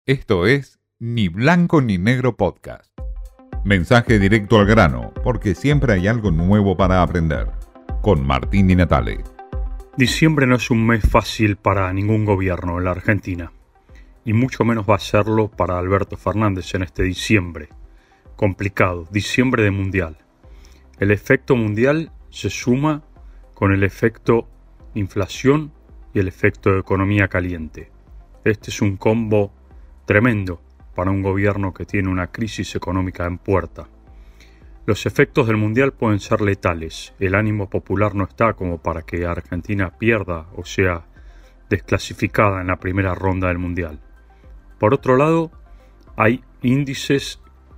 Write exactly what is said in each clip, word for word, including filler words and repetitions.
Esto es Ni Blanco ni Negro Podcast. Mensaje directo al grano, porque siempre hay algo nuevo para aprender. Con Martín Di Natale. Diciembre no es un mes fácil para ningún gobierno en la Argentina, y mucho menos va a serlo para Alberto Fernández en este diciembre. Complicado, diciembre de mundial. El efecto mundial se suma con el efecto inflación y el efecto de economía caliente. Este es un combo tremendo para un gobierno que tiene una crisis económica en puerta. Los efectos del mundial pueden ser letales. El ánimo popular no está como para que Argentina pierda o sea desclasificada en la primera ronda del mundial. Por otro lado, hay índices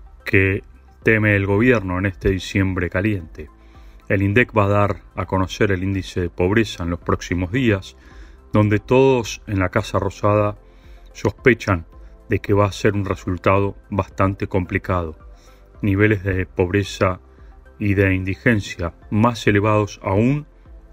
que teme el gobierno en este diciembre caliente. El INDEC va a dar a conocer el índice de pobreza en los próximos días, donde todos en la Casa Rosada sospechan de que va a ser un resultado bastante complicado. Niveles de pobreza y de indigencia más elevados aún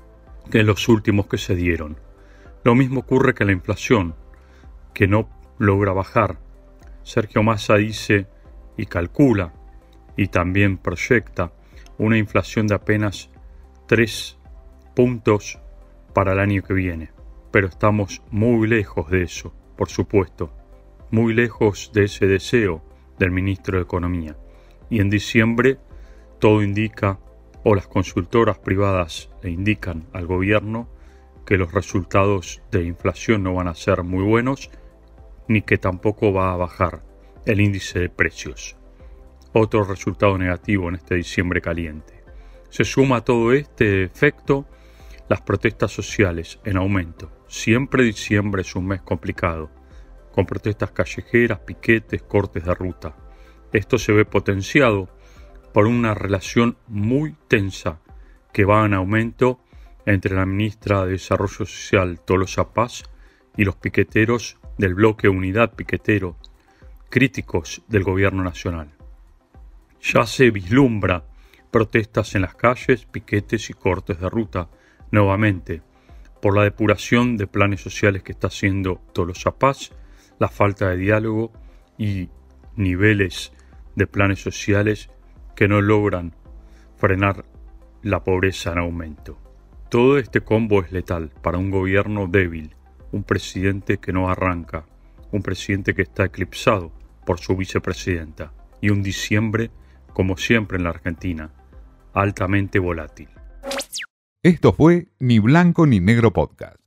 que los últimos que se dieron. Lo mismo ocurre que la inflación, que no logra bajar. Sergio Massa dice y calcula y también proyecta una inflación de apenas tres puntos para el año que viene. Pero estamos muy lejos de eso, por supuesto. Muy lejos de ese deseo del ministro de Economía. Y en diciembre todo indica, o las consultoras privadas le indican al gobierno, que los resultados de inflación no van a ser muy buenos, ni que tampoco va a bajar el índice de precios. Otro resultado negativo en este diciembre caliente. Se suma a todo este efecto las protestas sociales en aumento. Siempre diciembre es un mes complicado, con protestas callejeras, piquetes, cortes de ruta. Esto se ve potenciado por una relación muy tensa que va en aumento entre la ministra de Desarrollo Social, Tolosa Paz, y los piqueteros del bloque Unidad Piquetero, críticos del gobierno nacional. Ya se vislumbra protestas en las calles, piquetes y cortes de ruta, nuevamente, por la depuración de planes sociales que está haciendo Tolosa Paz, la falta de diálogo y niveles de planes sociales que no logran frenar la pobreza en aumento. Todo este combo es letal para un gobierno débil, un presidente que no arranca, un presidente que está eclipsado por su vicepresidenta y un diciembre, como siempre en la Argentina, altamente volátil. Esto fue Ni Blanco ni Negro Podcast.